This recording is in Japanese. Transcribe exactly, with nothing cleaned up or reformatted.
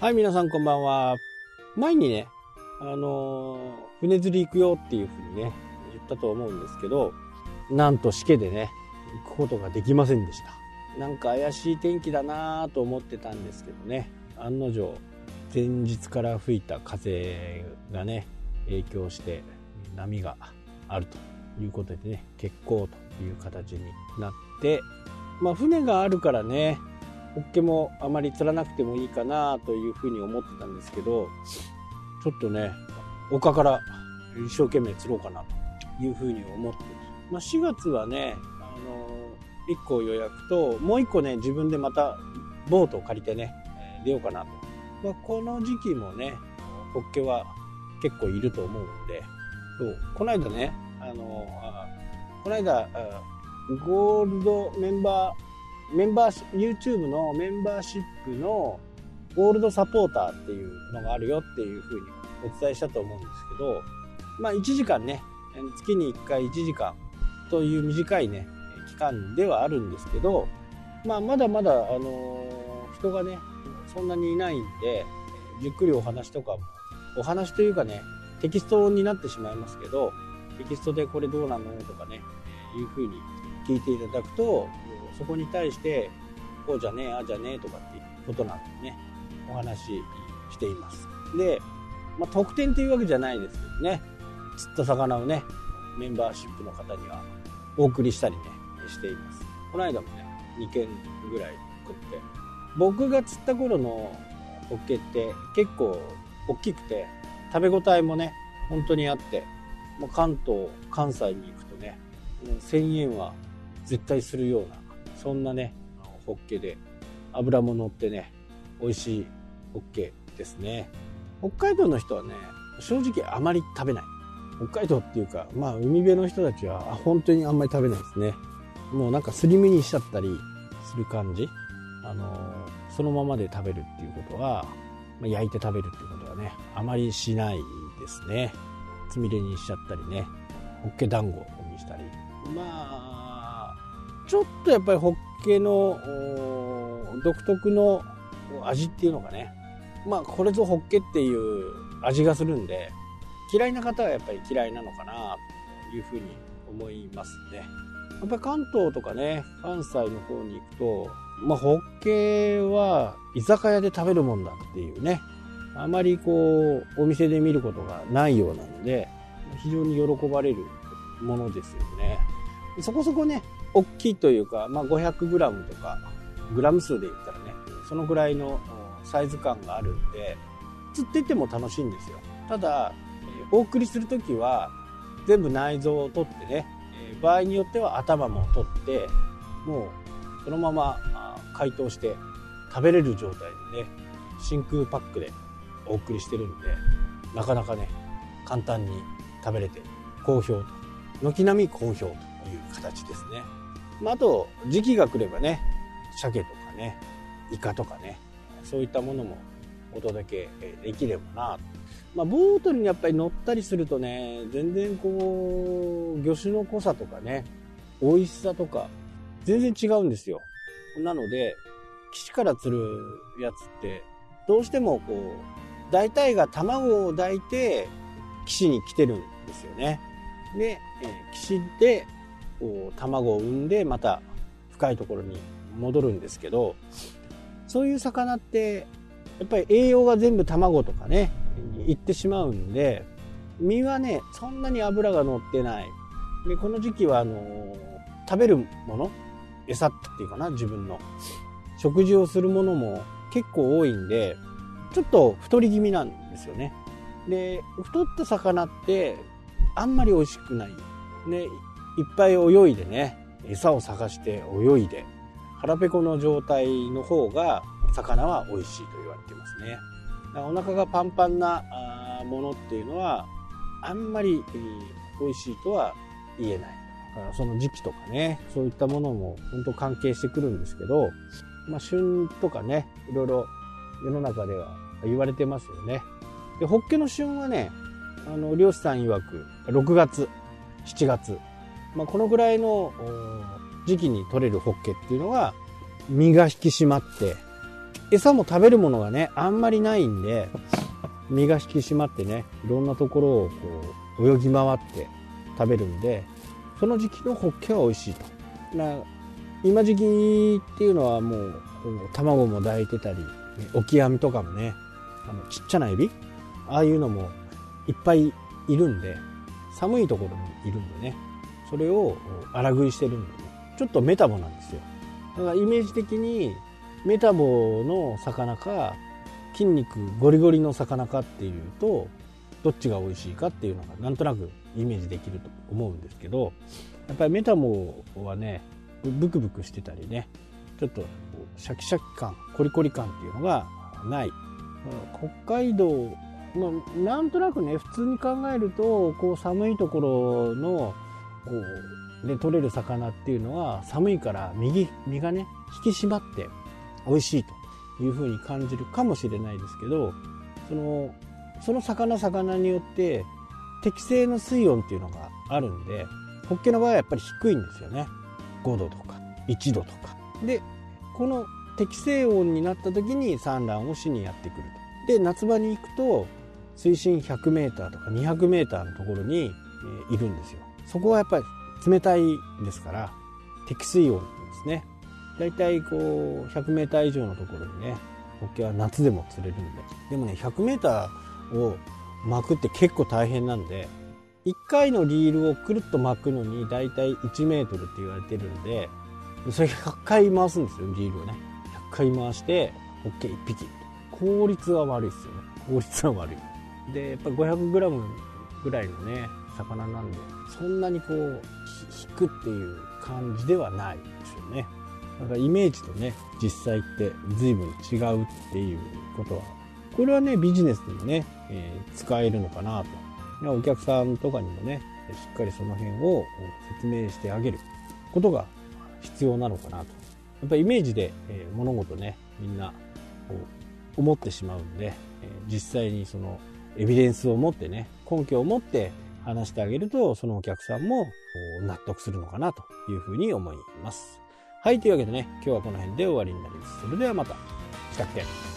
はい、皆さんこんばんは。前にね、あのー、船釣り行くよっていうふうにね、言ったと思うんですけど、なんとしけでね、行くことができませんでした。なんか怪しい天気だなと思ってたんですけどね、案の定、前日から吹いた風がね、影響して波があるということでね、欠航という形になって、まあ船があるからね、ホッケもあまり釣らなくてもいいかなというふうに思ってたんですけど、ちょっとね、丘から一生懸命釣ろうかなというふうに思って、まあ、しがつはね、あのいっこ予約と、もういっこね、自分でまたボートを借りてね、出ようかなと。まあ、この時期もね、ホッケは結構いると思うので、そうこの間ね、あのあこの間あゴールドメンバーメンバー YouTube のメンバーシップのゴールドサポーターっていうのがあるよっていうふうにお伝えしたと思うんですけど、まあいちじかんね、月にいっかいいちじかんという短いね期間ではあるんですけど、まあまだまだあの人がねそんなにいないんで、じっくりお話とかもお話というかね、テキストになってしまいますけど、テキストでこれどうなのとかねいうふうに聞いていただくと、そこに対してこうじゃねえああじゃねえとかっていうことなんでね、お話ししています。で、まあ、特典というわけじゃないですけどね、釣った魚をねメンバーシップの方にはお送りしたりねしています。この間もねにけんぐらい送って、僕が釣った頃のホッケって結構大きくて食べ応えもね本当にあって、もう関東関西に行くとねせんえんは絶対するような、そんなねホッケで脂も乗ってね美味しいホッケですね。北海道の人はね正直あまり食べない。北海道っていうかまあ海辺の人たちは本当にあんまり食べないですね。もうなんかすり身にしちゃったりする感じ、あのそのままで食べるっていうことは、まあ、焼いて食べるっていうことはねあまりしないですね。つみれにしちゃったりね、ホッケ団子にしたり、まあちょっとやっぱりホッケの独特の味っていうのがね、まあこれぞホッケっていう味がするんで、嫌いな方はやっぱり嫌いなのかなというふうに思いますね。やっぱり関東とかね関西の方に行くと、まあホッケは居酒屋で食べるもんだっていうね、あまりこうお店で見ることがないようなので、非常に喜ばれるものですよね。そこそこね大きいというか、まあ、ごひゃくグラムとかグラム数で言ったらねそのぐらいのサイズ感があるんで、釣っていっても楽しいんですよ。ただお送りするときは全部内臓を取ってね、場合によっては頭も取ってもうそのまま解凍して食べれる状態でね真空パックでお送りしてるんで、なかなかね簡単に食べれて好評と、軒並み好評という形ですね。まあ、あと時期が来ればね鮭とかねイカとかねそういったものもお届けできればな。まあ、ボートにやっぱり乗ったりするとね全然こう魚種の濃さとかね美味しさとか全然違うんですよ。なので岸から釣るやつってどうしてもこう大体が卵を抱いて岸に来てるんですよね。で、えー、岸でこう卵を産んでまた深いところに戻るんですけど、そういう魚ってやっぱり栄養が全部卵とかねいってしまうんで、身はねそんなに脂が乗ってないで、この時期はあのー、食べるもの餌っていうかな、自分の食事をするものも結構多いんでちょっと太り気味なんですよね。で太った魚ってあんまり美味しくないね。いっぱい泳いでね餌を探して泳いで腹ペコの状態の方が魚は美味しいと言われてますね。だからお腹がパンパンなものっていうのはあんまり美味しいとは言えない。だからその時期とかねそういったものも本当関係してくるんですけど、まあ、旬とかねいろいろ世の中では言われてますよね。でホッケの旬はねあの漁師さん曰くろくがつしちがつ、まあ、このぐらいの時期に取れるホッケっていうのは身が引き締まって餌も食べるものがねあんまりないんで、身が引き締まってね、いろんなところをこう泳ぎ回って食べるんで、その時期のホッケは美味しいと。な今時期っていうのはもう卵も抱いてたり、オキアミとかもね、あのちっちゃなエビ、ああいうのもいっぱいいるんで、寒いところにいるんでね、それを荒食いしてるんでね、ちょっとメタボなんですよ。だからイメージ的にメタボの魚か筋肉ゴリゴリの魚かっていうと、どっちが美味しいかっていうのがなんとなくイメージできると思うんですけど、やっぱりメタボはねブクブクしてたりね、ちょっとシャキシャキ感、コリコリ感っていうのがない。北海道、まあ、なんとなくね普通に考えるとこう寒いところのこう、ね、取れる魚っていうのは寒いから身身がね引き締まって美味しいというふうに感じるかもしれないですけど、そのその魚魚によって適正の水温っていうのがあるんで、ホッケの場合はやっぱり低いんですよね。ごどとかいちどとかで、この適正温になった時に産卵をしにやってくると。で夏場に行くと水深ひゃくメーターとかにひゃくメーターのところに、えー、いるんですよ。そこはやっぱり冷たいですから適水温ですね。だいたいこうひゃくメーター以上のところにねホッケは夏でも釣れるんで、でもねひゃくメーターを巻くって結構大変なんで、いっかいのリールをくるっと巻くのにだいたいいちメートルって言われてるんで、それひゃっかい回すんですよ、リールをね。ひゃっかい回してホッケいっぴき。効率は悪いですよね。効率は悪い。でやっぱりごひゃくグラムぐらいのね魚なんで、そんなにこう引くっていう感じではないですよね。だからイメージとね実際って随分違うっていうことは、これはねビジネスでもね、えー、使えるのかなと。お客さんとかにもねしっかりその辺を説明してあげることが必要なのかなと。やっぱりイメージで、えー、物事ねみんなこう思ってしまうんで、えー、実際にそのエビデンスを持ってね、根拠を持って話してあげると、そのお客さんも納得するのかなというふうに思います。はい、というわけでね今日はこの辺で終わりになります。それではまた。したっけ。